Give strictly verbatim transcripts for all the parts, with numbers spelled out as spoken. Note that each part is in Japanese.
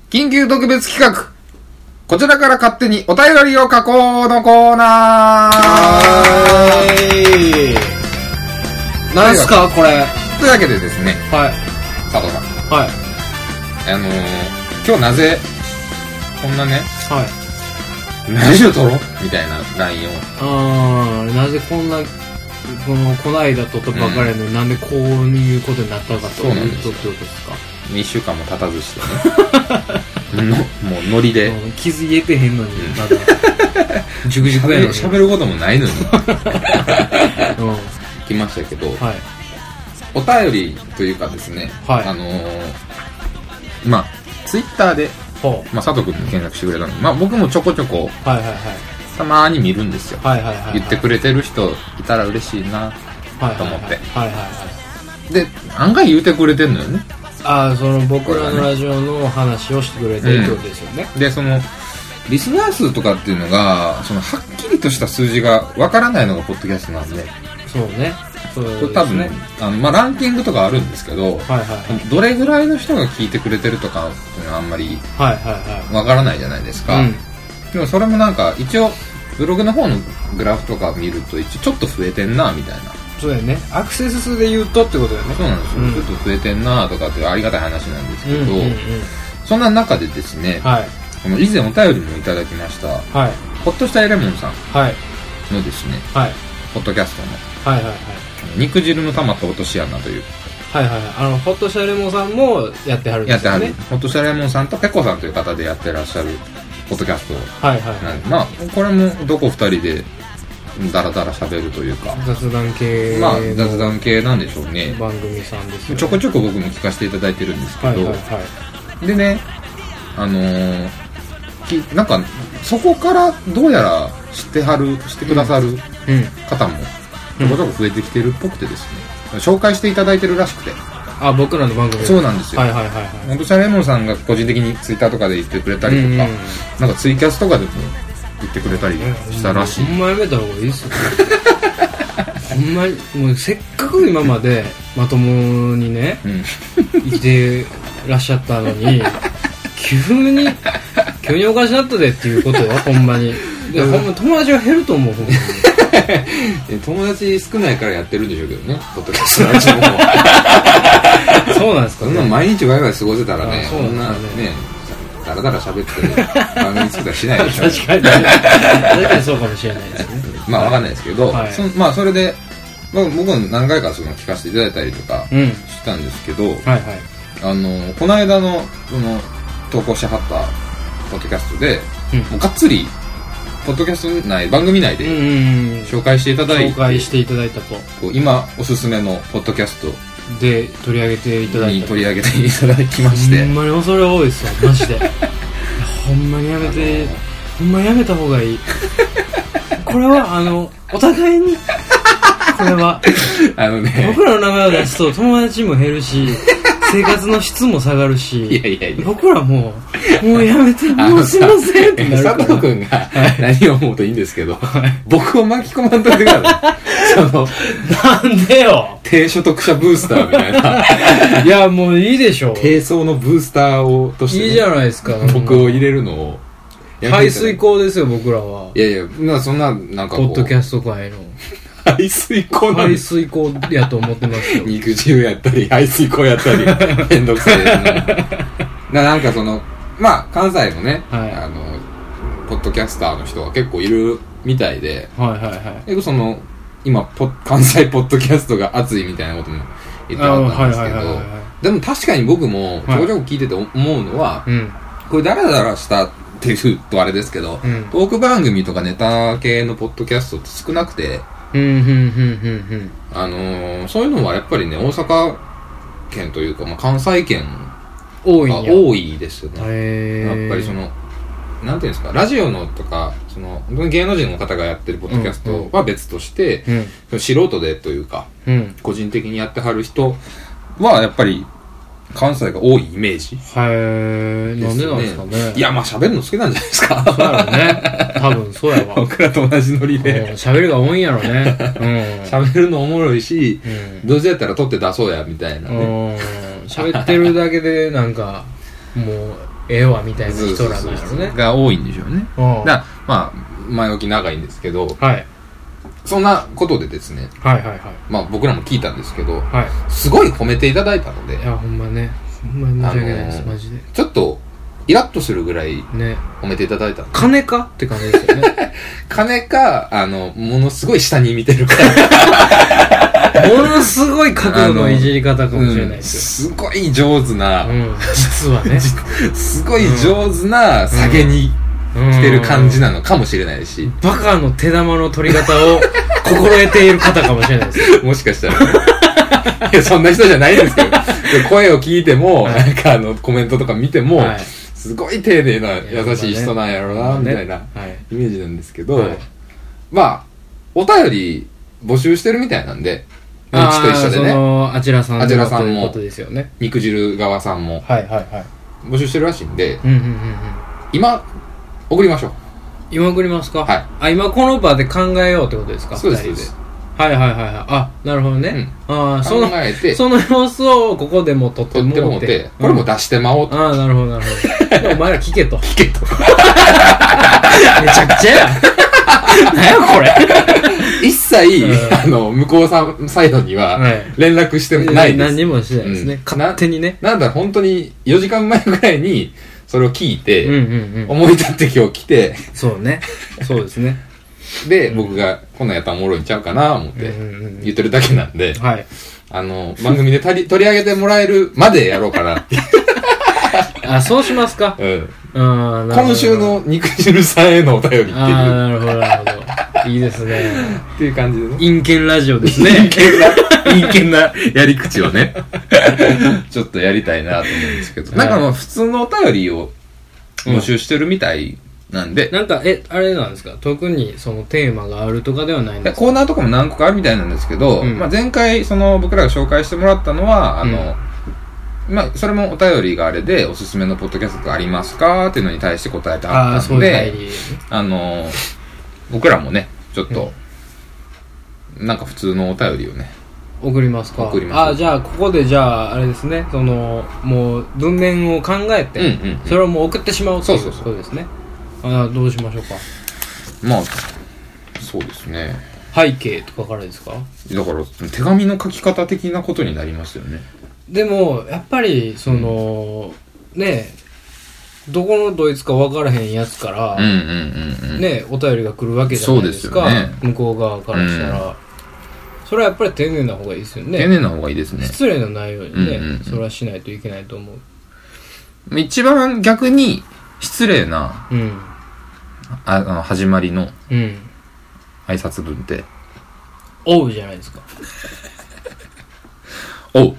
緊急特別企画、こちらから勝手にお便りを書こうのコーナー。 なんすかこれ。 というわけでですね、 はい。 佐藤さん。 はい。 あのー、今日なぜ、こんなね、 はい。 ラジオ撮ろうみたいな ライン を。 あー、なぜこんな、この、こないだ撮ったばかりのに、うん、なんでこういうことになったかというとってことですか。 いっしゅうかんも経たずしてね。のもうノリで。 気づいてへんのに、まだ。じゅくじゅくやのに。 喋ることもないのに。 うん、 来ましたけど、 はい、 お便りというかですね、 はい、 あのー、まあ、ツイッターで、まあ、佐藤君も検索してくれたので、まあ、僕もちょこちょこ、 はいはいはい、 たまーに見るんですよ。 はいはいはいはい、 言ってくれてる人いたら嬉しいなと思って。 はいはいはい、 で、案外言うてくれてんのよね。 ああ、その僕らのラジオの話をしてくれてるってことですよね。 うん、で、その、リスナー数とかっていうのが、その、はっきりとした数字がわからないのがポッドキャストなんで。 そうね。そうですね。 多分、あの、まあ、ランキングとかあるんですけど、 はいはいはい、 どれぐらいの人が聞いてくれてるとかっていうのはあんまり、 はいはいはい。 わからないじゃないですか。うん、でもそれもなんか、一応、ブログの方のグラフとか見ると、一応ちょっと増えてんな、みたいな。 そうだよね。アクセス数で言うとってことだよね。 そうなんですよ。うん、ちょっと増えてんなとかってありがたい話なんですけど、うんうんうん、そんな中でですね、 はい、 この以前お便りもいただきました、はい、ホッとしたエレモンさんのですね、はい、ポッドキャストの、はいはいはい、肉汁の溜まった落とし穴という。 はいはいはい。あの、ホッとしたエレモンさんもやってはるんですよね。 やってはる。ホッとしたエレモンさんとペコさんという方でやってらっしゃるポッドキャスト。 はいはい、はい。 まあ、これもどこ二人で、ダラダラ喋るというか雑談系まあ雑談系なんでしょうね。 番組さんですよね。 ちょこちょこ僕も聞かせていただいてるんですけど、はいはいはい、でねあのー、きなんかそこからどうやら知ってはる知ってくださる方もちょこちょこ増えてきてるっぽくてですね、紹介していただいてるらしくて。 あ、僕らの番組。 そうなんですよ。 はいはいはいはい。 ホッとしたレモンさんが個人的にツイッターとかで言ってくれたりとか、うんうん、なんかツイキャスとかでも言ってくれたりしたらしい。 ほんまやめた方がいいっすよ。ほんまにもうせっかく今までまともにね、うん、生きてらっしゃったのに急に急におかしなったでっていうことはほんまに。で、ほんま友達が減ると思う。ほんまに友達少ないからやってるんでしょうけどね、ポッドキャストのうちの方そうなんですかね。 そんな毎日ワイワイ過ごせたらね、 そんなねだらだら喋って番組作ったらしないでしょ。 確かに確かにそうかもしれないですね。 まあわかんないですけど、はい、そまあそれで、まあ、僕も何回かその聞かせていただいたりとかしたんですけど、うん、はいはい、あのこの間のその投稿しはったポッドキャストで、うん、もうがっつりポッドキャスト内番組内で紹介していただいて、 紹介していただいたと、 こう今おすすめのポッドキャストで取り上げていただいた取り上げていただきまして、 ほんまに恐れ多いですよマジでほんまにやめて、ほんまやめた方がいいこれはあのお互いにこれはあのね、 僕らの名前を出すと友達も減るし生活の質も下がるし、いやいやいや僕らもうもうやめてもうすいませんってなるから。 佐藤君が何を思うといいんですけど、はい、僕を巻き込まんといてくださいそのなんでよ低所得者ブースターみたいないやもういいでしょ、 低層のブースターをとして、ね、 いいじゃないですか僕を入れるのを排水口ですよ僕らは。 いやいやまそんななんかポッドキャスト界の排水口なん排水口やと思ってますよ肉汁やったり排水口やったりめんどくさいななんかそのまあ関西のね、はい、あのポッドキャスターの人が結構いるみたいで、はいはいはい、結構その今ポ関西ポッドキャストが熱いみたいなことも言ってあったんですけど、でも確かに僕もちょこちょこ聞いてて思うのは、はい、これダラダラしたっていうとあれですけど、うん、トーク番組とかネタ系のポッドキャストって少なくて、うんうんうんうんうん、あのー、そういうのはやっぱりね大阪県というか、まあ、関西圏多いんや多いですよね。やっぱりそのなんていうんですか、ラジオのとかその芸能人の方がやってるポッドキャストは別として、うんうん、素人でというか、うん、個人的にやってはる人はやっぱり関西が多いイメージ。 へー、なんでなんですかね。 いやまあ喋るの好きなんじゃないですか。 そうやろね。多分そうやわ。 僕らと同じノリで喋るが多いんやろね。 喋、うん、るのおもろいし、うん、どうせやったら撮って出そうやみたいなね。 喋ってるだけでなんかもうええわみたいな人らなんやろねが多いんでしょうね。だまあ前置き長いんですけど、 はい、 そんなことでですね、 はいはいはい、 まあ僕らも聞いたんですけど、 はい、 すごい褒めていただいたので、 いやほんまね、ほんまに申し訳ないです、あのー、マジでちょっとイラッとするぐらい褒めていただいたんで、 ね、金かって感じですよね金か、あのものすごい下に見てるかものすごい角度のいじり方かもしれないですよ、 うん、すごい上手な、 うん、実はねすごい上手な下げに来てる感じなのかもしれないし、 バカの手玉の取り方を心得ている方かもしれないですもしかしたらいやそんな人じゃないですけど声を聞いても、はい、なんかあのコメントとか見ても、はい、すごい丁寧な優しい人なんやろうな、ね、みたいなイメージなんですけど、はい、まあお便り募集してるみたいなんで、うちと一緒でね、 そのあちらさんもあちらさんもことですよね、 肉汁側さんも、 はいはいはい、 募集してるらしいんで、 うんうんうんうん、 今送りましょう。 今送りますか。 はい。 あ、今この場で考えようってことですか。 そうですそうです。 はいはいはいはい。あ、なるほどね。 うん、あその考えてその様子をここでも撮ってもらって、 うん、これも出してまおうと。 ああ、なるほどなるほど。お前ら聞けと。 聞けと。めちゃくちゃや。何やこれ。 一切、うん、あの向こうさんサイドには連絡してないです。 何にもしてないですね。うん、勝手にね。 な、なんだ本当によじかんまえぐらいにそれを聞いて、 うんうんうん、 思い立って今日来て、 そうね。そうですね。 で、僕がこんなんやったらおもろいんちゃうかな思って言ってるだけなんで、 はい、 あの番組で取り取り上げてもらえるまでやろうかなって。 あ、そうしますか。 うん。今週の肉汁さんへのお便りっていう。ああ、なるほどなるほど。いいですね。 っていう感じでね。 陰険ラジオですね。 陰険な陰険なやり口をね、ちょっとやりたいなと思うんですけど、はい、なんかまあ普通のお便りを募集してるみたいなんで、 うん、なんかえあれなんですか。特にそのテーマがあるとかではないんですか。 コーナーとかも何個かあるみたいなんですけど、うん、まあ前回その僕らが紹介してもらったのはあの。うんまあ、それもお便りがあれで、おすすめのポッドキャストがありますかっていうのに対して答えてはったんで、あ, あのー、僕らもね、ちょっと、うん、なんか普通のお便りをね、 送りますか。 送ります。 あ、じゃあ、ここでじゃあ、あれですね、その、もう、文面を考えて、うんうんうん、それをもう送ってしまうということですね。そうそうそう。あ、どうしましょうか。 まあ、そうですね。 背景とかからですか。 だから、手紙の書き方的なことになりますよね。 でもやっぱりその、うん、ねどこのドイツか分からへんやつから、 うんうんうんうん、 ねお便りが来るわけじゃないですか。そうですよね、向こう側からしたら、うん、それはやっぱり丁寧な方がいいですよね。 丁寧な方がいいですね。 失礼のないようにね、うんうんうん、それはしないといけないと思う。 一番逆に失礼な、 うん、 ああの始まりの挨拶文って、 うん、おうじゃないですか。 おう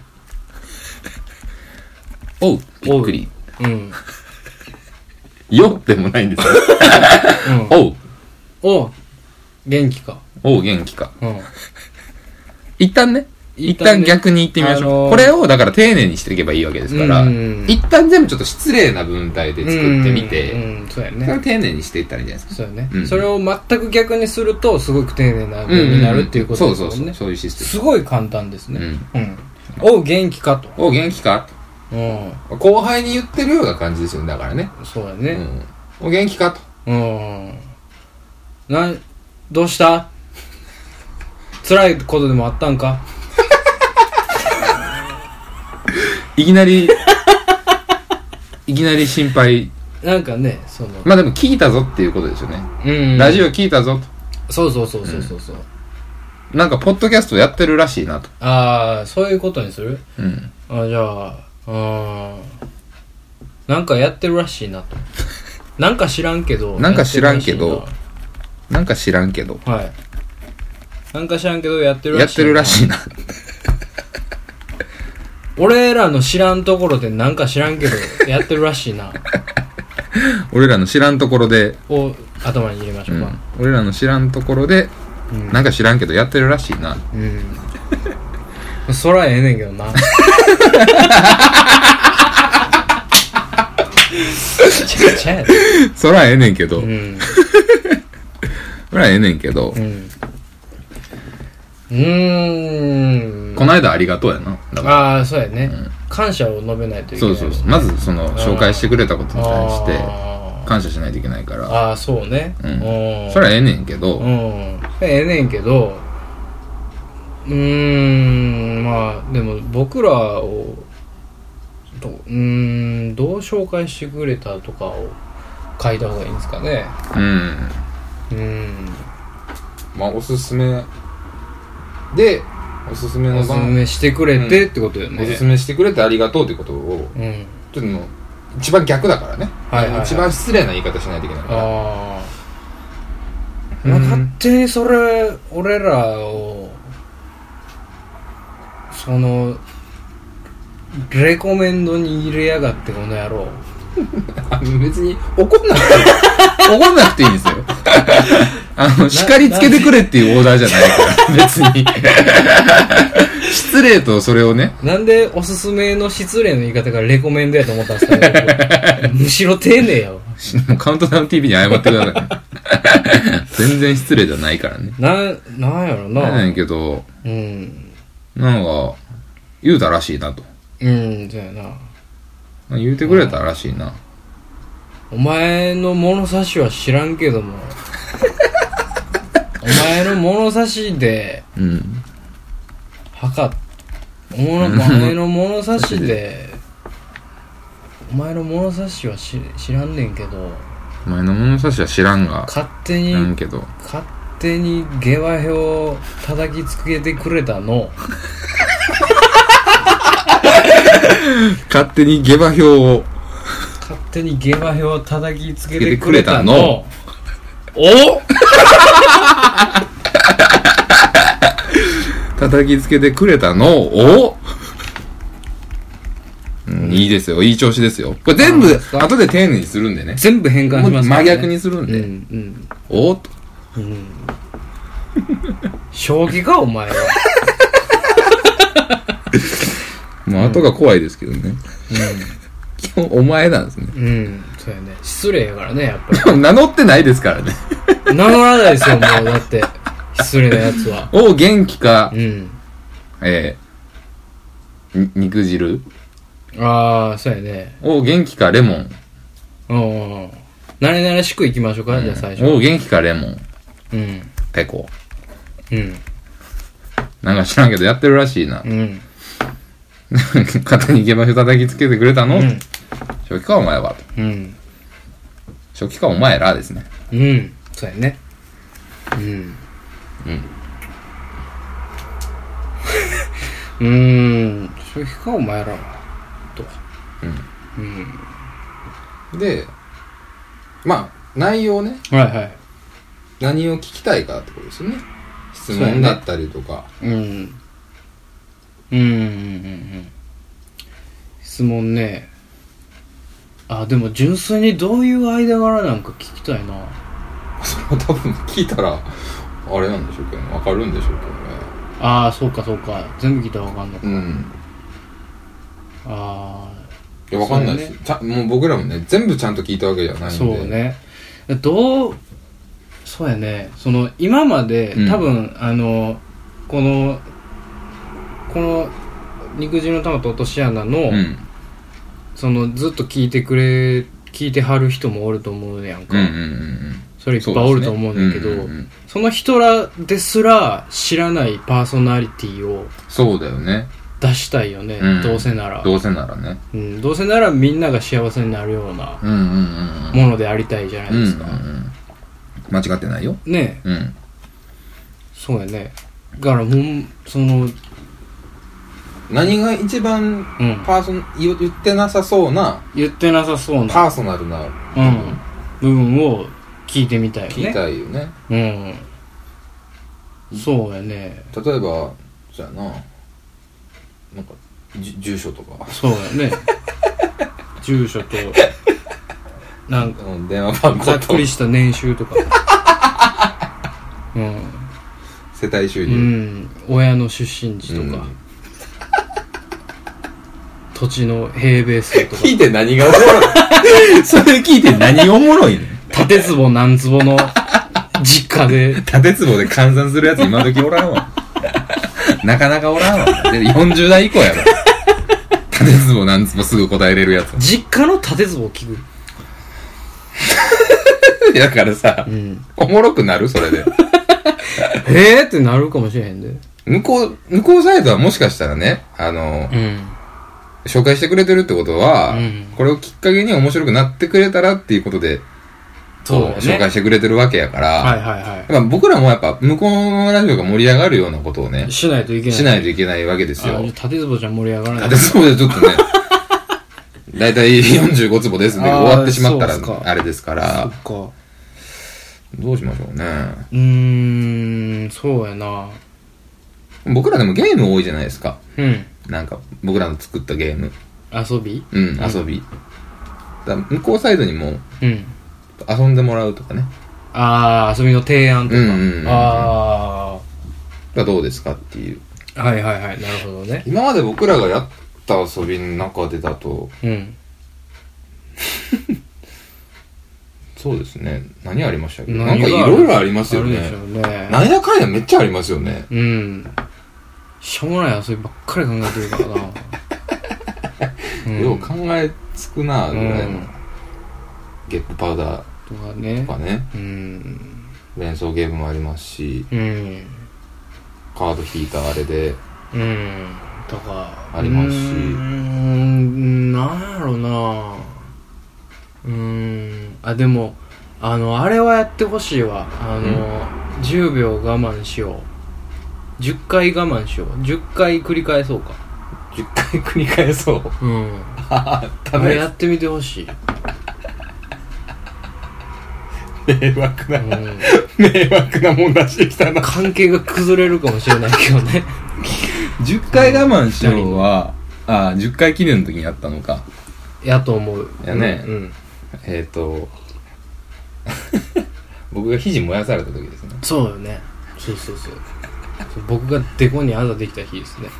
おうびっくり、 うん、 よでもないんですよ、うん、おうおう元気かおう元気か、 うん、 一旦ね一旦逆に言ってみましょう、あのー、これをだから丁寧にしていけばいいわけですから、うん、一旦全部ちょっと失礼な文体で作ってみて、 うんうん、そうやね、 それを丁寧にしていったらいいんじゃないですか。 そうやね、うん、それを全く逆にするとすごく丁寧な文になるっていうことですもんね、 うんうん、そうそうそう、そういうシステムすごい簡単ですね、 うんうん、 おう元気かと、 おう元気かと、うん、後輩に言ってるような感じですよね。だからね。 そうだね、 うん、お元気かと、 うん、などうした辛いことでもあったんかいきなりいきなり心配。 なんかね、そのまあでも聞いたぞっていうことですよね、 うんうん、 ラジオ聞いたぞと。そうそうそうそうそうそう、 うん、なんかポッドキャストやってるらしいなと。 ああ、そういうことにする。 うん、 あ、じゃあ、あなんかやってるらしいなと。なんか知らんけどなんか知らんけどなんか知らんけどはいなんか知らんけどやってるらしいなやってるらしいな俺らの知らんところでなんか知らんけどやってるらしいな俺らの知らんところでを頭に入れましょうか、 うん、俺らの知らんところで、うん、なんか知らんけどやってるらしいな。 うんそらええねんけどなそらええねんけど、 うん、 そらええねんけど、 うんうーんこの間ありがとうやな。 だからああそうやね、 感謝を述べないといけない、ね、 そうそうそう、まずその紹介してくれたことに対して感謝しないといけないから。 ああそうね、 うん、それはええねんけど、 うん、ええねんけど、うーん、まあでも僕らをどうーんどう紹介してくれたとかを書いた方がいいんですかね。 うんうんまあおすすめでおすすめのおすすめしてくれてってことよね、 うん、おすすめしてくれてありがとうってことを、うん、ちょっともう一番逆だからね、はいはいはい、一番失礼な言い方しないといけないから。 あ、うん、勝手にそれ俺らをそのレコメンドに入れやがってこの野郎別に怒んなくて怒んなくていいんですよあの叱りつけてくれっていうオーダーじゃないから別に失礼とそれをね。 なんでおすすめの失礼の言い方がレコメンドやと思ったんですかねむしろ丁寧やわカウントダウン ティーブイ に謝ってください全然失礼じゃないからね。 な、なんやろな。 なんやけど、うん、なんか言うたらしいなと。 うん、そうやな。 言うてくれたらしいな。 お前の物差しは知らんけどもお前の物差しで、うん、測っお前の物差しでお前の物差しは知らんねんけど、 お前の物差しは知らんが勝手になんけど勝手に下馬評を叩きつけてくれたの勝手に下馬評を勝手に下馬評を叩きつけてくれたのお叩きつけてくれたのお、うん、いいですよ、いい調子ですよ。これ全部後で丁寧にするんでね。 全部変換しますからね。真逆にするんで、うんうん、おっと、うん、 将棋かお前はもう後が怖いですけどね、うん、基本お前なんですね。 うん、そうやね。失礼やからね、やっぱり名乗ってないですからね名乗らないですよ、もう。だって失礼なやつはお元気か、うん、えー、肉汁、 ああそうやね。 お元気かレモン、 おおなれなれしくいきましょうか、うん、じゃあ最初。 お元気かレモン、うんペコ、うんなんか知らんけどやってるらしいな。うん肩に下馬評叩きつけてくれたの、うん、初期かお前はと、うん、初期かお前らですね。 うんそうやね。うんうんうーん初期かお前らと、 うん、うん、でまあ内容ね、 はいはい、 何を聞きたいかってことですよね。質問だったりとか、う、ね、うんうんうんうんうん質問ね。あでも純粋にどういう間柄なんか聞きたいな。 それは多分聞いたらあれなんでしょうけどね、分かるんでしょうけどね。 ああそうかそうか、全部聞いたら分かんのか。うん、 ああいや分かんないです、ね、ちゃもう僕らもね全部ちゃんと聞いたわけじゃないんで。 そうね。どうそうやね。その今まで、うん、多分あのこのこの肉汁の玉と落とし穴の、うん、そのずっと聞いてくれ聞いてはる人もおると思うやんか、うんうんうん、それいっぱいおると思うんだけど そ,、ねうんうんうん、その人らですら知らないパーソナリティをそうだよね出したいよね、うん、どうせならどうせならね、 うん、どうせならみんなが幸せになるようなものでありたいじゃないですか、うんうんうん、 間違ってないよねえ、うん、そうやね。だからもうその何が一番パーソ、うん、言ってなさそうな言ってなさそうなパーソナルな、 うん、部分を聞いてみたいよね。 聞きたいよね。 うん。そうやね。 例えばじゃあな、なんか住所とか。 そうやね。住所となんか電話番号とざっくりした年収とか。うん。 世帯収入。 うん。親の出身地とか。うん、土地の平米数とか。 聞いて何がおもろいそれ聞いて何がおもろいねん。 縦坪何坪の実家で。 縦坪で換算するやつ今時おらんわ。なかなかおらんわ。よんじゅう代以降やろ。 縦壺なんつもすぐ答えれるやつ。 実家の縦壺を聞く。 だからさ、うん、おもろくなるそれで。 えーってなるかもしれへんで。 向こう、向こうサイドはもしかしたらね、あの、うん、紹介してくれてるってことは、うん、これをきっかけに面白くなってくれたらっていうことで、そう、ね、紹介してくれてるわけやから、はいはいはい。やっぱ僕らもやっぱ向こうのラジオが盛り上がるようなことをね、 しないといけない。 しないといけないわけですよ。 縦壺じゃ盛り上がらない。 縦壺じゃちょっとね、だいたいよんじゅうご壺ですね。終わってしまったらあれですから。そっか。どうしましょうね。 うーん、そうやな。 僕らでもゲーム多いじゃないですか。うん。なんか僕らの作ったゲーム。 遊び？ うん、遊び。だ向こうサイドにも、うん。遊んでもらうとかね。 ああ、遊びの提案とか。うんうんうん、ああ。がどうですかっていう。 はいはいはい、なるほどね。 今まで僕らがやった遊びの中でだと、うん。そうですね。何ありましたっけ？なんかいろいろありますよね。あるでしょうね。なんやかんやめっちゃありますよね。 うん。しょうもない遊びばっかり考えてるからな。 うん、よう考えつくなぐらいの、うん、ゲップパウダーとかね。とかね。うん。連想ゲームもありますし、うん。カード引いたあれで、 うん。とかありますし。うーん、なんやろな。うーん、あ、でもあのあれはやってほしいわ。あの、うん、じゅうびょう我慢しよう。じゅっかい我慢しよう。じゅっかい繰り返そうか。 じゅっかい繰り返そう。うん。 あれやってみてほしい。 迷惑な、うん、迷惑なもん出してきたな。 関係が崩れるかもしれないけどね。 じゅっかい我慢しようは、あ、じゅっかい記念の時にやったのか。 やと思う。 いやね。うんうん、えっ、ー、と僕が肘燃やされた時ですね。 そうよね。そうそうそう。僕がデコにあざできた日ですね。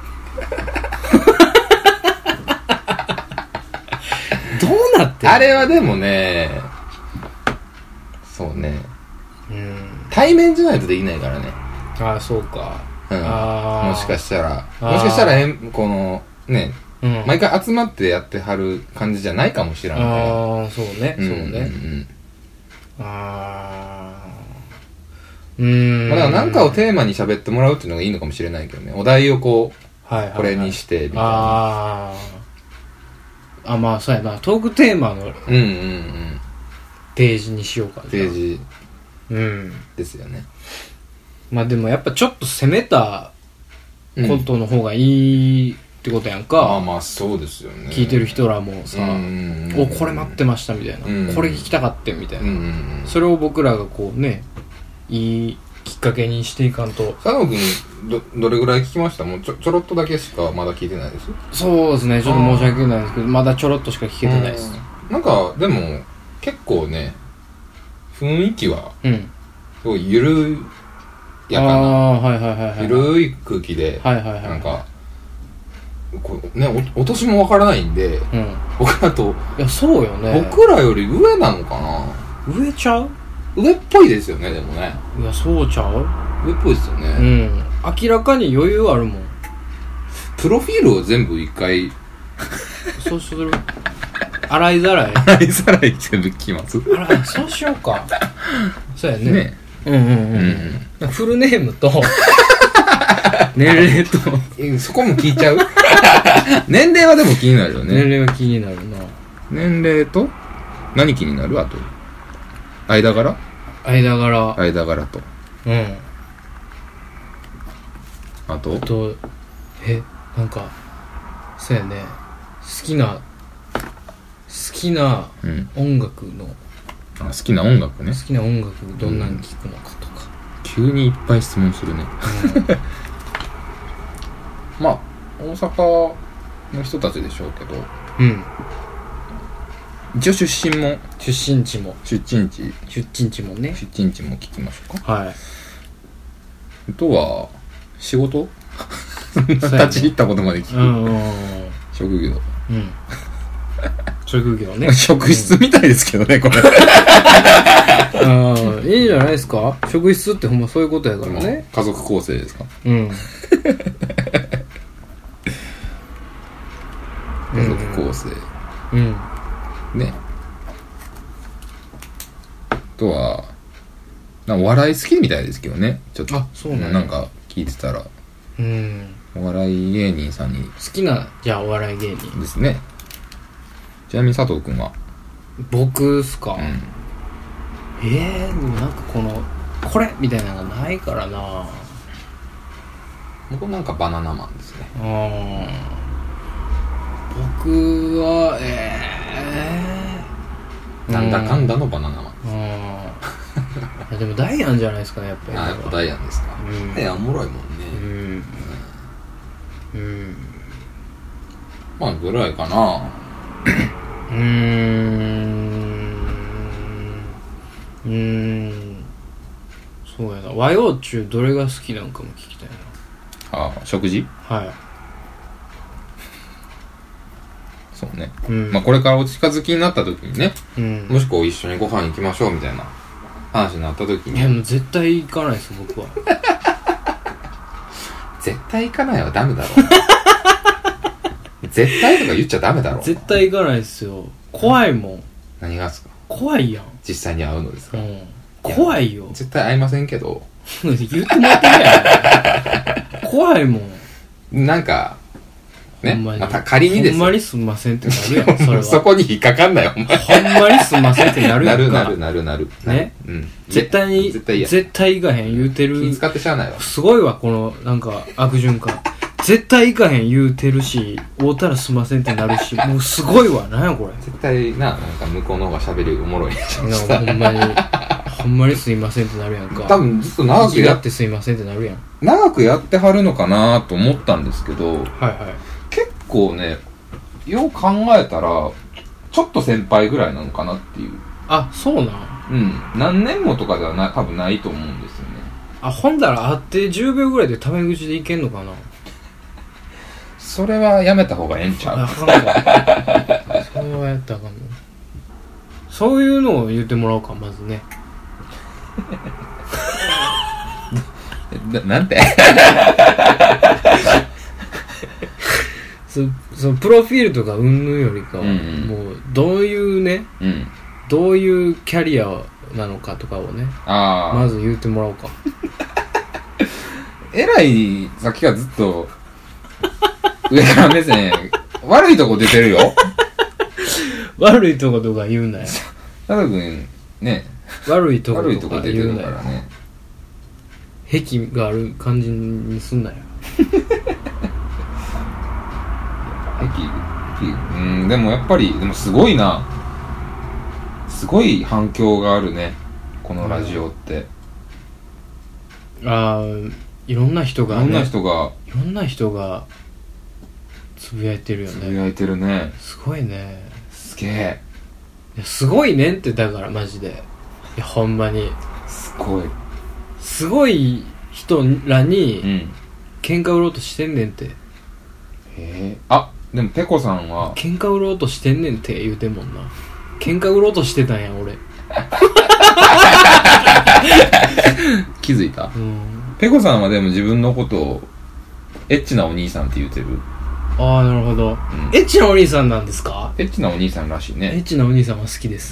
どうなってんの？ あれはでもね、そうね、うん、対面じゃないとできないからね。 ああ、そうか、 うん、あもしかしたらもしかしたらこのね、うん、毎回集まってやってはる感じじゃないかもしれない。 ああ、そうね、そうね、うんうんうん、ああ、うーん、 まあ、だから何かをテーマに喋ってもらうっていうのがいいのかもしれないけどね。お題をこう、はいはいはい、これにしてみたいな。 ああ、まあそうやな、トークテーマのうんうんうんページにしようか。 ページうんですよね。 まあでもやっぱちょっと攻めたことの方がいいってことやんか。 うん、まあまあそうですよね。 聞いてる人らもさ、うんうんうん、おこれ待ってましたみたいな、うんうん、これ聞きたかってみたいな、うんうんうん、それを僕らがこうね、いいきっかけにしていかんと。 佐野君 ど, どれぐらい聞きました？もうちょちょろっとだけしかまだ聞いてないです。 そうですね、ちょっと申し訳ないですけど、まだちょろっとしか聞けてないです。 なんかでも結構ね、雰囲気はすごいゆるやかな、あ、はいはいはいはい、ゆるい空気で、はいはいはい、なんかこう、ね、お, お年もわからないんで、うん、僕らと、 いやそうよね、 僕らより上なのかな。 上ちゃう？ 上っぽいですよね。でもね、 いやそうちゃう？ 上っぽいですよね。 うん、明らかに余裕あるもん。 プロフィールを全部一回そうする？洗いざらい洗いざらい全部聞きます。 あら、そうしようか。そうやね。ね、うんうんうん、うん、フルネームと年齢とそこも聞いちゃう。年齢はでも気になるよね。 年齢は気になるな。 年齢と何気になる？あと間柄間柄間柄と、うん、あとあとえなんかそうやね、好きな好きな音楽の、うん、 あ、好きな音楽ね。 好きな音楽どんなに聴くのかとか、 うん、急にいっぱい質問するね。うん、まあ大阪の人たちでしょうけど、うん、一応出身も出身地も出身地出身地もね出身地も聞きましょうか。はい。あとは仕事立ち入ったことまで聞く、うんうんうん、職業、うん、 職業ね。 職質みたいですけどね、うん、これ。 あ、いいじゃないですか。職質ってほんまそういうことやからね。 家族構成ですか。うん。 う家族構成、 うん、 ね。あとはなんかお笑い好きみたいですけどね。ちょっとあそうなん、 なんか聞いてたら、 うん、 お笑い芸人さんに好きなじゃあお笑い芸人ですね。ちなみに佐藤くんは？ 僕っすか、うん、えー、でもなんかこのこれみたいなのがないからな。 僕なんかバナナマンですね。 あ僕はえー、なんだかんだのバナナマンです。 あでもダイアンじゃないですかね、やっぱり。 あやっぱダイアンですか。うん、ダイアンおもろいもんね。 うんうん、うん、 まあぐらいかな。 うーんうーんそうやな。和洋中どれが好きなんかも聞きたいな。 ああ、食事？ はい。 そうね、うん、まあこれからお近づきになった時にね、うん、もしこう一緒にご飯行きましょうみたいな話になった時に、 いやもう絶対行かないです僕は。 絶対行かないはダメだろ。絶対とか言っちゃダメだろ。 絶対行かないですよ。怖いもん。 何がですか？ 怖いやん。 実際に会うのですか？うん、 怖いよ。 絶対会いませんけど。 言ってもらってるやん。怖いもん。 なんかね、また仮にですよ。 ほんまにすんませんってなるやん。それはそこに引っかかんなよ。 ほんまにすんませんってなるやんか。 なるなるなるなる。 ね。うん。絶対に絶対絶対行かへん言うてる。 気使ってしゃあないわ。 すごいわこのなんか悪循環。絶対行かへん言うてるし、会うたらすんませんってなるし、もうすごいわ。なんやこれ。 絶対な、なんか向こうの方が喋りおもろいやん。なんかほんまにほんまにすいませんってなるやんか。 多分ずっと長くやってすいませんってなるやん。 長くやってはるのかなと思ったんですけど、はいはい。 結構ね、よう考えたらちょっと先輩ぐらいなのかなっていう。 あ、そうなん。 うん。何年もとかではな多分ないと思うんですよね。 あ、ほんだら会ってじゅうびょうぐらいでタメ口でいけんのかな。 それはやめた方がええんちゃう。 あかんか。それはやったらあかんの。そういうのを言ってもらおうか、まずね。 な, なんてそ, そのプロフィールとかうんぬんよりかは、うんうん、もうどういうね、うん、どういうキャリアなのかとかをね、あまず言ってもらおうか。 えらいさっきからずっと上から目線悪いとこ出てるよ。 悪いとことか言うなよ。 ただくんね、 悪いとことか言うなよ。 ね、 癖がある感じにすんなよ。 癖、うん、でもやっぱりでもすごいな、すごい反響があるね、このラジオって。 うん、ああ、いろんな人が、ね、 いろんな人がいろんな人がつぶやいてるよね。 つぶやいてるね。 すごいね。 すげえ。 いやすごいねんってだからマジで。いやほんまに。 すごい。 すごい人らに喧嘩売ろうとしてんねんって。へえ。あ、でもペコさんは喧嘩売ろうとしてんねんって言うてんもんな。喧嘩売ろうとしてたんや俺。 気づいた。うん。ペコさんはでも自分のことをエッチなお兄さんって言うてる。 ああなるほど、うん、エッチなお兄さんなんですか？ エッチなお兄さんらしいね。 エッチなお兄さんは好きです。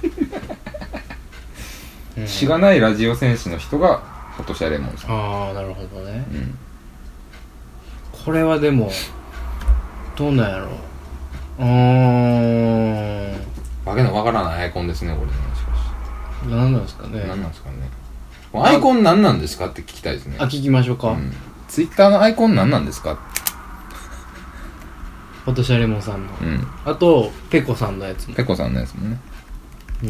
うん、しがないラジオ戦士の人が落としゃレモンさん。 ああなるほどね、うん、これはでもどうなんやろう。うーんわけのわからないアイコンですねこれね。しかし何なんですかね。 何なんですかね。アイコン何なんですかって聞きたいですね。 あ、聞きましょうか。うん、 ツイッターのアイコン何なんですか。 ホトシャレモンさんの、うん、あとペコさんのやつも。 ペコさんのやつもね。 うん。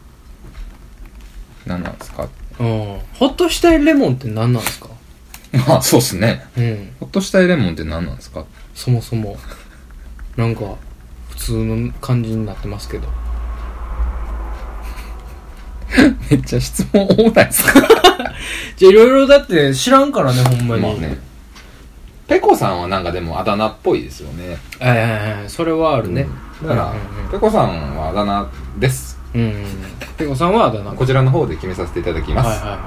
何なんですか。 うん。ホッとしたいレモンって何なんですか。 まあそうっすね。 うん。 ホッとしたいレモンって何なんですか。 そもそもなんか普通の感じになってますけど。 めっちゃ質問多ないですか。 じゃあいろいろだって知らんからねほんまに。まあね。 ペコさんはなんかでもあだ名っぽいですよね。 はいはいはい、それはあるね。 うん、だから、うんうんうん、ペコさんはあだ名です。 うんうん。ペコさんはあだ名。 こちらの方で決めさせていただきます。はいはいはい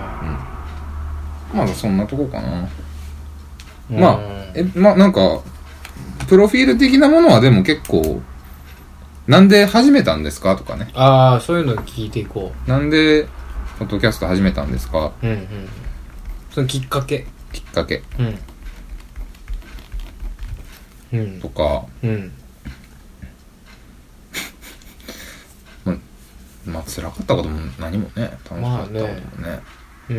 。うん、まあそんなとこかな。うん、まあえまあなんかプロフィール的なものはでも結構なんで始めたんですかとかね。 ああ、そういうの聞いていこう。なんでポッドキャスト始めたんですか。 うんうん。そのきっかけ。 きっかけ。 うん。うん。 とか。うん。ま、まあ辛かったことも何もね、楽しかったこともね。まあね。うん。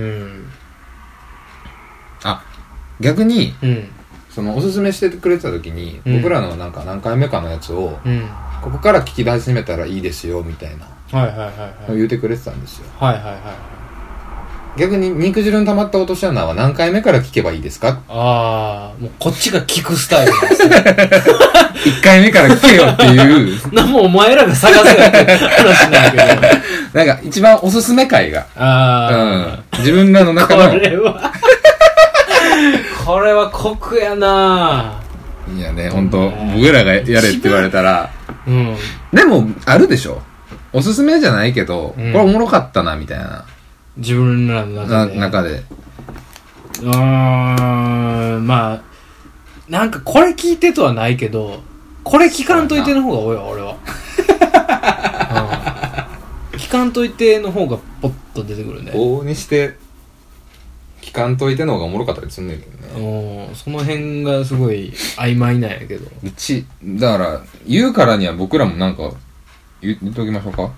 あ、逆に、うん、そのおすすめしてくれてた時に、うん、僕らのなんか何回目かのやつを、うん、ここから聞き始めたらいいですよみたいな、はいはいはいはい、言うてくれてたんですよ。はいはいはい。逆に肉汁の溜まった落とし穴は何回目から聞けばいいですか。ああ、もうこっちが聞くスタイルなんですね。 いっかいめから聞けよっていう。 なんもお前らが探せよって話なんやけど。 なんか一番おすすめ回が、あうん、自分らの中のこれはこれは酷やないやね、ほんと僕らがやれって言われたら、うん、でもあるでしょ、おすすめじゃないけど、うん、これおもろかったなみたいな、 自分らの中で中でうーん、まあなんかこれ聞いてとはないけど、これ聞かんといての方が多いわ俺は、うん、聞かんといての方がポッと出てくるね。 往々にして聞かんといての方がおもろかったりすんねんけどね。 その辺がすごい曖昧なんやけど、 うちだから言うからには僕らもなんか 言, 言っておきましょうか。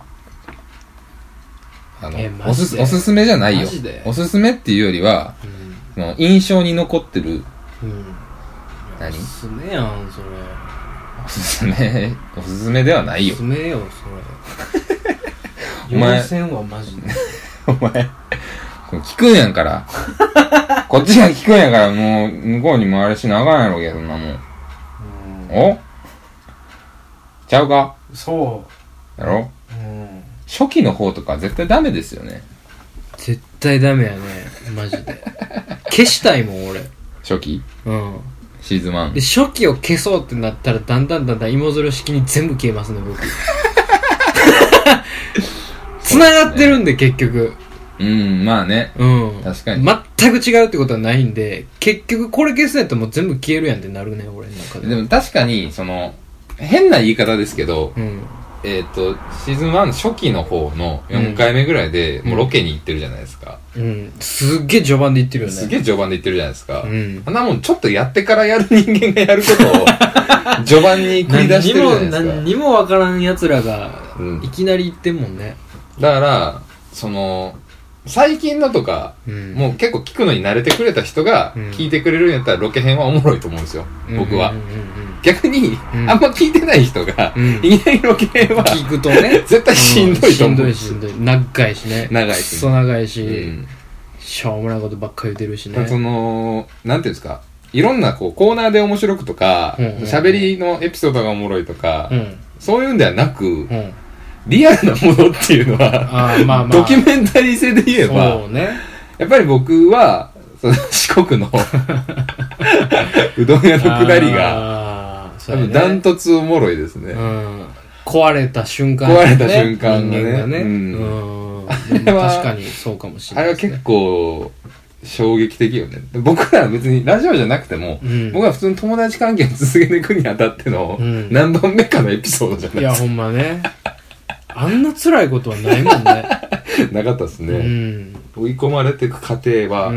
あのお す, おすすめじゃないよ。おすすめっていうよりは、うん、その印象に残ってる、うん、 何おすすめやんそれ。 おすすめおすすめではないよ。 おすすめよそれ。お前せんはマジでお前聞くんやんからこっちが聞くんやからもう向こうにもあれしなあかんやろうけどなもう、うん、おちゃうか。 そうやろ、うん、初期の方とか絶対ダメですよね。 絶対ダメやねマジで。消したいもん俺初期、うん、シーズンワンで初期を消そうってなったらだんだんだんだん芋づる式に全部消えますね僕。繋がってるんで結局。 うん、まあね。うん。確かに。 全く違うってことはないんで、結局これ消すやったらもう全部消えるやんってなるね、俺の中で。 でも確かに、その、変な言い方ですけど、うん、えっ、ー、と、シーズンワン初期の方のよんかいめぐらいで、もうロケに行ってるじゃないですか。 うん。うん、すっげえ序盤で行ってるよね。 すっげえ序盤で行ってるじゃないですか。うん。あんなもんちょっとやってからやる人間がやることを、序盤に繰り出してるじゃないですか。 何にもわからん奴らが、いきなり行ってんもんね。 だから、その、最近のとか、うん、もう結構聞くのに慣れてくれた人が聞いてくれるんやったらロケ編はおもろいと思うんですよ、うん、僕は、うんうんうんうん、逆に、うん、あんま聞いてない人が、うん、いきなりロケ編は聞くとね絶対しんどいと思う、 うん、しんどいしんどい、長いしね、 長いし、 クソ長いし、うん、しょうもないことばっかり言ってるしね。 そのなんていうんですか、いろんなこうコーナーで面白くとか喋、うんうん、りのエピソードがおもろいとか、うん、そういうんではなく、うんリアルなものっていうのはあ、まあまあ、ドキュメンタリー性で言えば、そうね、やっぱり僕はその四国のうどん屋の下りが多分ダントツおもろいですね、うん、 壊れた瞬間、 ね、壊れた瞬間がね、人間がね、うんうん、あれは確かにそうかもしれないですね。 あれは結構衝撃的よね。僕らは別にラジオじゃなくても、うん、僕は普通に友達関係を続けていくにあたっての、うん、何番目かのエピソードじゃないですか。 いやほんまねあんな辛いことはないもんね。 なかったですね、うん、追い込まれていく過程は、うん、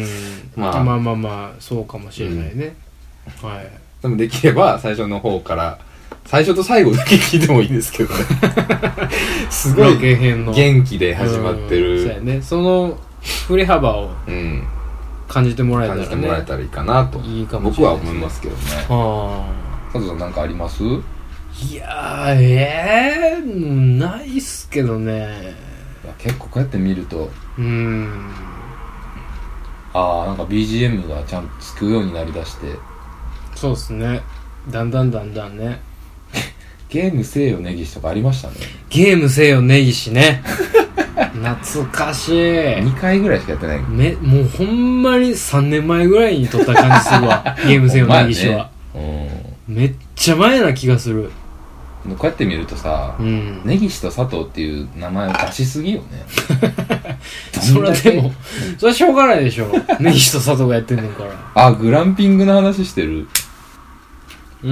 まあ、まあまあまあそうかもしれないね、うん、はい。 でもできれば最初の方から最初と最後だけ聞いてもいいですけどね。すごい元気で始まってる、 うん、そうやね、その振れ幅を感じてもらえたらね、 感じてもらえたらいいかなといいかもしれない、ね、僕は思いますけどね。ああ、佐藤さんなんかあります？ いやー、えー、ないっすけどね。 いや結構こうやって見ると、うーん、あーなんか ビージーエム がちゃんとつくようになりだして、 そうっすね、だんだんだんだんね。 ゲームせよ根岸とかありましたね。 ゲームせよ根岸ね。懐かしい。 にかいぐらいしかやってない。 めもうほんまにさんねんまえぐらいに撮った感じするわ。ゲームせよ根岸は、ね、めっちゃ前な気がする。 こうやって見るとさ、うん、根岸と佐藤っていう名前を出しすぎよね。 それはでもそれはしょうがないでしょ。根岸と佐藤がやってんねんから。 あ、グランピングの話してる。 いうん。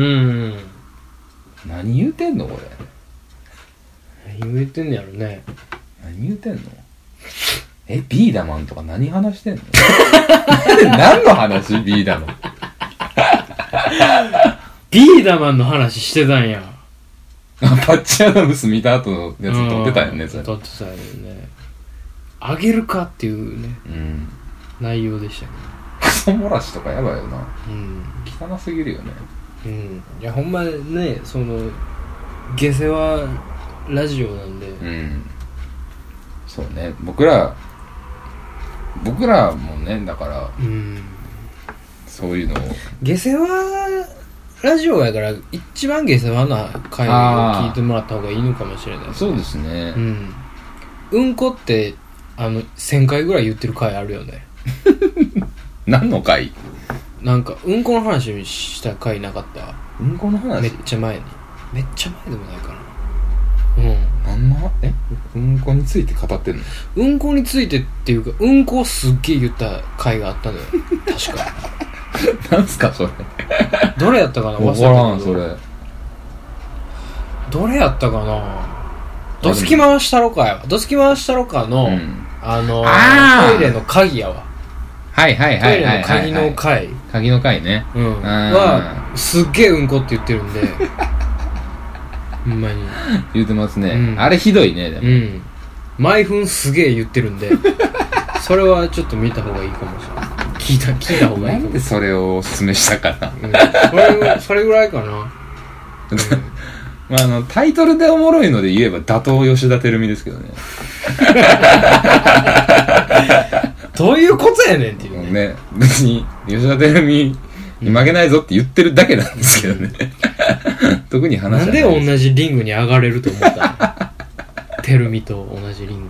何言うてんのこれ。何言うてんのやろね。 何言うてんの。え、ビーダマンとか何話してんの何の話ビーダマン。 ビーダマンの話してたんや。 パッチアダムス見た後のやつ撮ってたよね、それ。 撮ってたよね。あげるかっていうね、うん、内容でしたね。 クソ漏らしとかやばいよな。 うん。 汚すぎるよね。 うん。いや、ほんまね、その、下世話ラジオなんで。 うん。そうね、僕ら、僕らもね、だから、うん、そういうのを下世話ラジオやから一番下世話な回を聞いてもらった方がいいのかもしれない、ね、 そうですね。 うん。うんこってあのせんかいぐらい言ってる回あるよね。 何の回？ なんかうんこの話した回なかった？ うんこの話？ めっちゃ前に。めっちゃ前でもないかな。うん。 なんのえうんこについて語ってんの？ うんこについてっていうか、うんこをすっげえ言った回があったのよ。確か。 なんすかそれ。 どれやったかな？ わからんそれ。 どれやったかな？どつき回したろかやわ。どつき回したろかの、うん、あのー、トイレの鍵やわ。 はいはいはいはい、はい、 トイレの鍵の回。 鍵の回ね。 うん。は、すっげえうんこって言ってるんで。ほんまに言うてますね、うん、あれひどいねでも、うん、 毎分すげえ言ってるんでそれはちょっと見た方がいいかもしれない。聞いた聞いた方がいいかも。 なんでそれをおすすめしたかな、 うん、それそれぐらいかな、うん、 まああのタイトルでおもろいので言えば打倒吉田照美ですけどね。 どういうことやねんっていうね。 ね、別に吉田照美に負けないぞって言ってるだけなんですけどね。特に話はないです。 なんで同じリングに上がれると思ったの？テルミと同じリング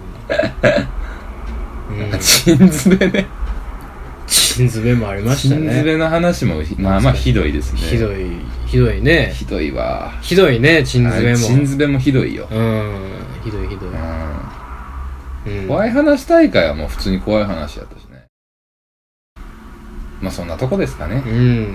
に。うん、チンズベね。 チンズベもありましたね。 チンズベの話もまあまあひどいですね。 ひどいひどいね。 ひどいわ。 ひどいねチンズベも。 チンズベもひどいよ。 うん。ひどいひどい。 うん。怖い話大会はもう普通に怖い話やったしね。まあそんなとこですかね。 うん。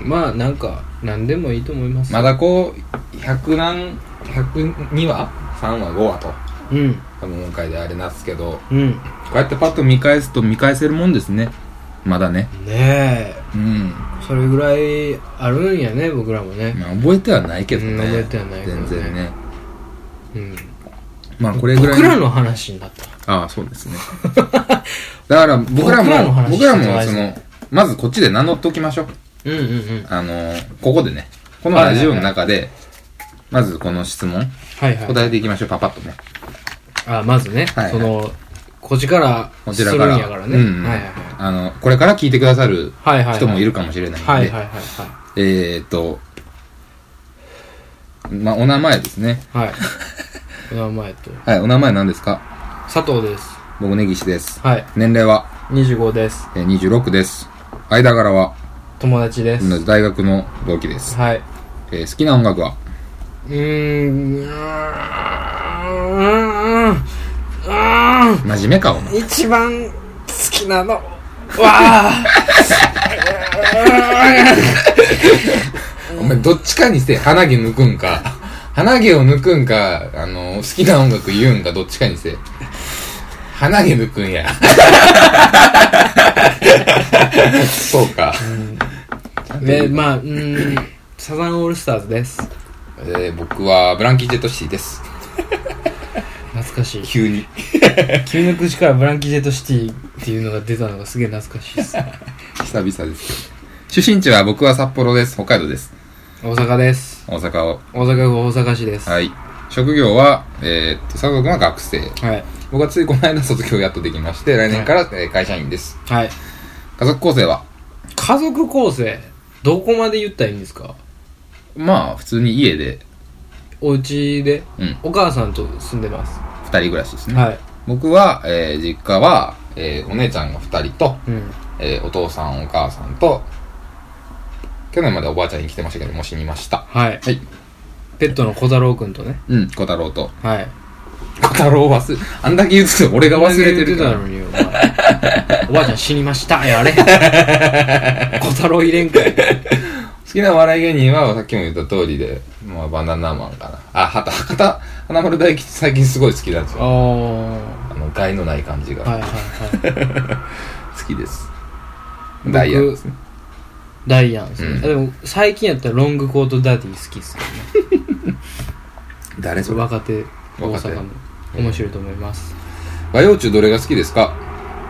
まあなんか何でもいいと思います。 まだこうひゃく何ひゃくにわさんわごわと、うん、多分今回であれなんですけど、うん、こうやってパッと見返すと見返せるもんですね。まだね。 ねえ。うん。それぐらいあるんやね僕らもね。 まあ覚えてはないけどね。 うん、覚えてはないけどね。 全然ね。 うん。 まあこれぐらい。 僕らの話になった。 ああそうですね。だから僕らも僕らもそのまずこっちで名乗っておきましょう。 うんうんうん。 あのー、ここでね、このラジオの中で、はいはいはい、まずこの質問、はいはい、答えていきましょう、パパッとね。 あ、まずね、はいはい、その、こっちからするんやからね。うんうん、はいはいはい。 あの、これから聞いてくださる人もいるかもしれないんで、はいはいはいはい。えーっと、まあ、お名前ですね。 はい。お名前と。 はい、お名前何ですか？ 佐藤です。 僕、根岸です。 はい。 年齢はにじゅうごです。 えー、にじゅうろくです。間柄は友達です。 大学の同期です。 はい。 えー、好きな音楽はうーん、 真面目かお前。 一番好きなのわお前どっちかにして鼻毛抜くんか鼻毛を抜くんか、あの好きな音楽言うんか、どっちかにして鼻毛抜くんや。そうか。 うん、で、まあ、うん、サザンオールスターズです。 えー、僕はブランキー・ジェット・シティです。 懐かしい。 急に。 君の口からブランキー・ジェット・シティっていうのが出たのがすげえ懐かしいです。 久々ですけど。出身地は僕は札幌です。北海道です。 大阪です。 大阪を。 大阪府大阪市です。 はい。職業は、えー、っと、佐藤君は学生。 はい。 僕はついこの間卒業やっとできまして、来年から、はい、会社員です。 はい。 家族構成は？ 家族構成どこまで言ったらいいんですか？ まあ普通に家で、 お家で、 うん、 お母さんと住んでます。 二人暮らしですね。 はい。 僕は、えー、実家は、えー、お姉ちゃんが二人と、 うん、 えー、お父さんお母さんと、去年までおばあちゃんに来てましたけどもう死にました。 はい。 はい。 ペットの小太郎くんとね。 うん、小太郎と。 はい。 小太郎忘れ、あんだけ言ってて俺が忘れてるから。 のにおばあちゃん死にました。やあれ。小太郎入れんかい。 きな笑い芸人はさっきも言った通りで、まあ、バナナマンかな。あ、はた、博多華丸大吉最近すごい好きなんですよ。ああの害のない感じが、はいはいはい好きです。ダイアンですね。 ダイアンですね、うん、でも最近やったらロングコートダディ好きっすよね誰それ？ 若手大阪の面白いと思います。 和洋中どれが好きですか？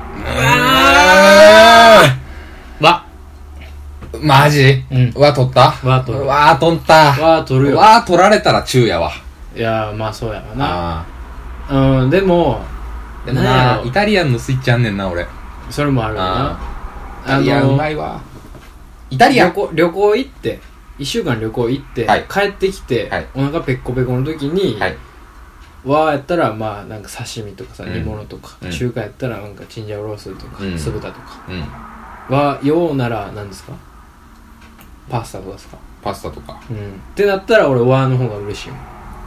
わマジ？うん。わ取った？ わ取る。 わ取った。 わ取るよ。 わ取られたら中やわ。 いやまあそうやわな。うん、でもでもなイタリアンのスイッチあんねんな俺。 それもあるよな。 イタリアンうまいわ。イタリアン旅行旅行行っていっしゅうかん旅行行って、はい、帰ってきて、はい、お腹ペッコペコの時に、はい、わーやったらまあなんか刺身とかさ、うん、煮物とか、うん、中華やったらなんかチンジャオロースとか、うん、酢豚とか、うん、はようなら何ですか？パスタとかですか？ パスタとか、 うん、ってなったら俺わーの方が嬉しいもん。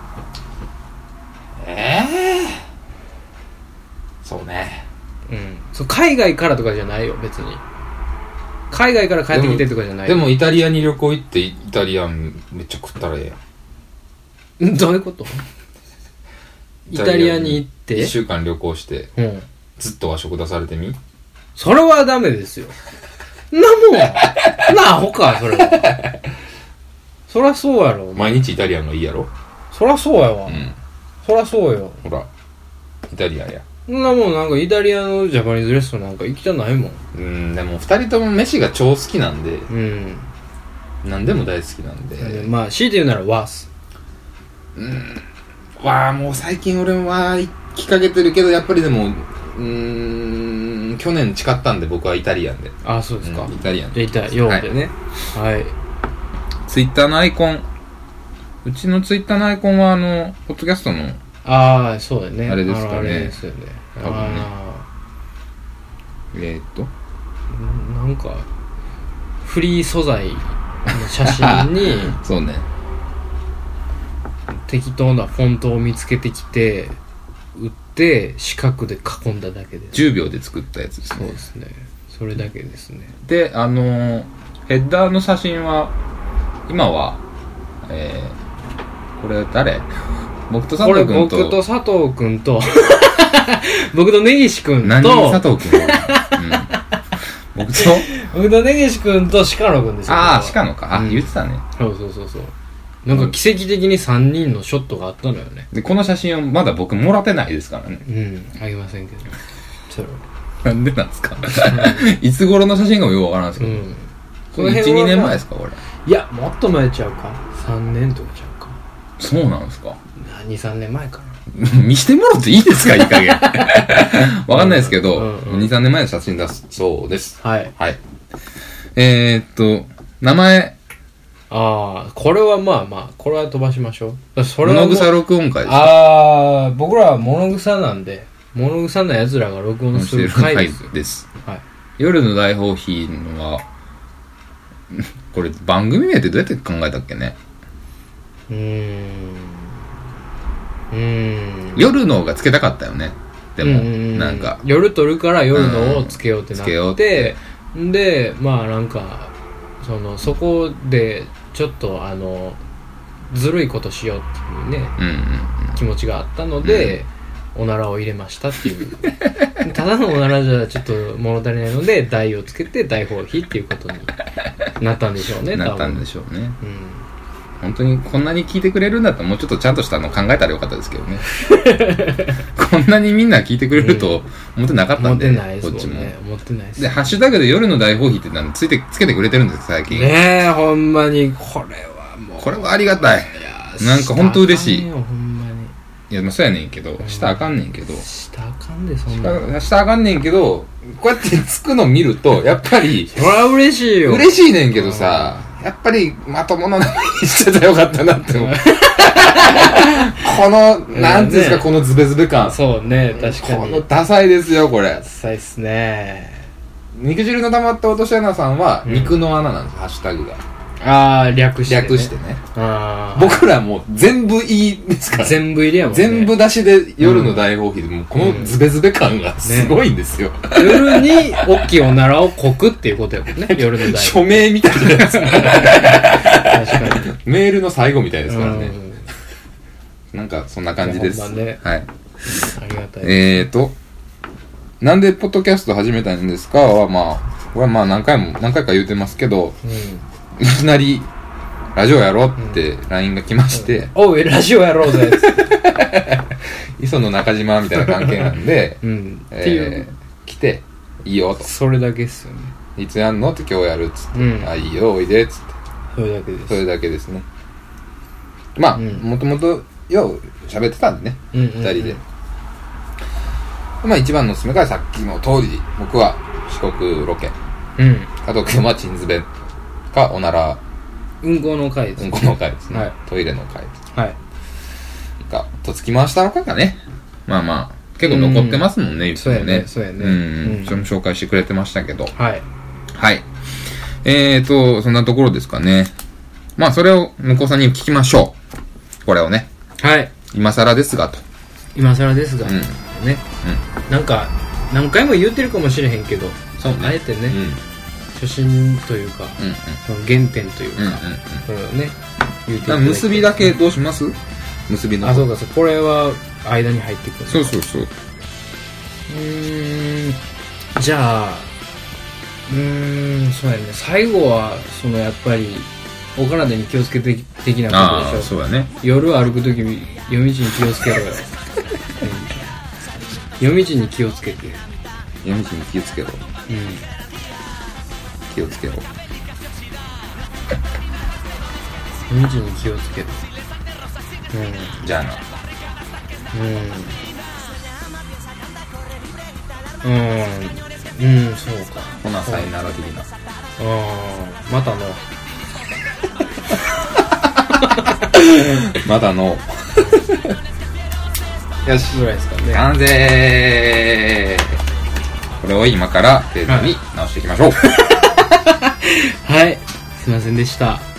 ええー、そうね。 うん、そう海外からとかじゃないよ別に。海外から帰ってきてとかじゃない。 でも、でもイタリアに旅行行ってイタリアンめっちゃ食ったらええやん。どういうこと？イタリアに行っていっしゅうかん旅行して、うん、ずっと和食出されてみ？ それはダメですよ。なもんなあほかそれは。そりゃそうやろ。 毎日イタリアンがいいやろ。 そりゃそうやわ、うん、そりゃそうよ。 ほらイタリアンや。 そんなもんなんかイタリアのジャパニーズレストランなんか行きたないもん。 うん、でもふたりとも飯が超好きなんで、うん、何でも大好きなんで、 うん、まあ強いて言うならワース。 うんわあもう最近俺は行きかけてるけどやっぱりでもうーん去年誓ったんで僕はイタリアンで。 ああそうですか、 うん、イタリアンでイタリアンでね。はい、はい、 ツイッターのアイコンうちのツイッターのアイコンはあのポッドキャストのああそうだねあれですかね。あれですよね多分ね。えー、っとなんかフリー素材の写真にそうね適当なフォントを見つけてきて打って四角で囲んだだけでじゅうびょうで作ったやつですね。 そうですねそれだけですね。 であのー、ヘッダーの写真は今はえー、これ誰僕と佐藤君と僕と佐藤君と僕と根岸君と何佐藤君は、うん、僕と僕と根岸君と鹿野君ですよ。 ああ鹿野か、あ、うん、言ってたね。 そうそうそうそうなんか奇跡的にさんにんのショットがあったのよね。 でこの写真をまだ僕もらってないですからね。 うんあげませんけどそれなんでなんですかいつ頃の写真かもよくわからんですけど、うん、このいち、にねんまえですかこれ。 いやもっと前ちゃうかさんねんとかちゃうか。 そうなんですか。 に、さんねんまえかな見してもらっていいですかいい加減わかんないですけど、うんうんうん、に、さんねんまえの写真だそうです。 はい、 はい、えー、っと名前ああこれはまあまあこれは飛ばしましょう。それは物草録音会です。 ああ僕らは物草なんで物草な奴らが録音する会ですよ。 です、はい、夜の大放棄はこれ番組名ってどうやって考えたっけね。うーんうーん夜のがつけたかったよね。でもんなんか夜撮るから夜のをつけようってなって、うん、ってでまあなんかそのそこでちょっとあのずるいことしようっていうね、うんうんうん、気持ちがあったので、うん、おならを入れましたっていうただのおならじゃちょっと物足りないので台をつけて大放棄っていうことになったんでしょうね。 なったんでしょうね、うん、本当にこんなに聞いてくれるんだったらもうちょっとちゃんとしたの考えたらよかったですけどねこんなにみんな聞いてくれると思ってなかったんで、うん、思ってないですもんね。こっちも思ってないです。でハッシュタグで夜の大放棄ってのついてつけてくれてるんです最近ねえ。ほんまにこれはもうこれはありがたい。いなんか本当嬉しい。ほんまにいやまあそうやねんけど下あかんねんけど下あかんでそんな下あかんねんけどこうやってつくの見るとやっぱりそりゃ嬉しいよ。 嬉しいねんけどさやっぱりまともの名前にしてたらよかったなって思うこのなんですか、ね、このズベズベ感。 そうね確かにこのダサいですよこれ。 ダサいっすね。 肉汁の溜まった落とし穴さんは肉の穴なんです、うん、ハッシュタグが。 ああ、略してね。 略してね。 あ僕らもう全部いいですから。 全部入れやもんね。 全部出しで夜の大放棄で、もうこのズベズベ感がすごいんですよ。 ね、夜に大きいおならをこくっていうことやもんね。夜の大放棄。 署名みたいなやつ。確かに。 メールの最後みたいですからね。なんかそんな感じです。 ね、 はい。 ありがたい。 えーと、なんでポッドキャスト始めたんですかは、まあ、これはまあ何回も、何回か言うてますけど、うん、いきなり、ラジオやろうって ライン が来まして、 うん、おい、ラジオやろうぜ磯野中島みたいな関係なんで、 うん、 えー、来て、いいよと。 それだけっすよね。 いつやんのって今日やるっつって、うん、あ、いいよ、おいでっつって。 それだけです。 それだけですね。まあ、もともと、よう喋ってたんでね、二、うんうんうん、人で。まあ一番のおすすめがさっきの通り、僕は四国ロケ。うん。加藤君はチンズベかおなら。 うんこの回ですね。 うんこの回ですね。はい、トイレの回です。はい。か、とつき回したのかがね。まあまあ、結構残ってますもんね、いつもね。 そうやね。 うん。それも紹介してくれてましたけど。 はい。 はい。えーと、そんなところですかね。まあそれを向こうさんに聞きましょう。これをね。 はい。 今更ですがと。 今更ですが。 うん。 ね、うん、なんか何回も言ってるかもしれへんけど、 そうね、 あえてね、うん、初心というか、うんうん、その原点というか、うんうんうん、これをね言っていただいて、結びだけどうします？結びのあ、そうかそう、これは間に入ってくる。 そうそうそう。うーん、じゃあうーん、そうやね、最後はそのやっぱりお体に気をつけて的なことでしょ。 あ、そうだね。 夜歩くとき夜道に気をつけろよ。夜道に気をつけて。 夜道に気をつけろ。うん。気をつけろ。 夜道に気をつけろ。 うん。じゃあな。 うん。うん。うん、そうか。 ほな、さいなら的な。 うん。またの。 まだの。よし。 ぐらいですかね。 完成。これを今から丁寧に直していきましょう。 はい。すいませんでした。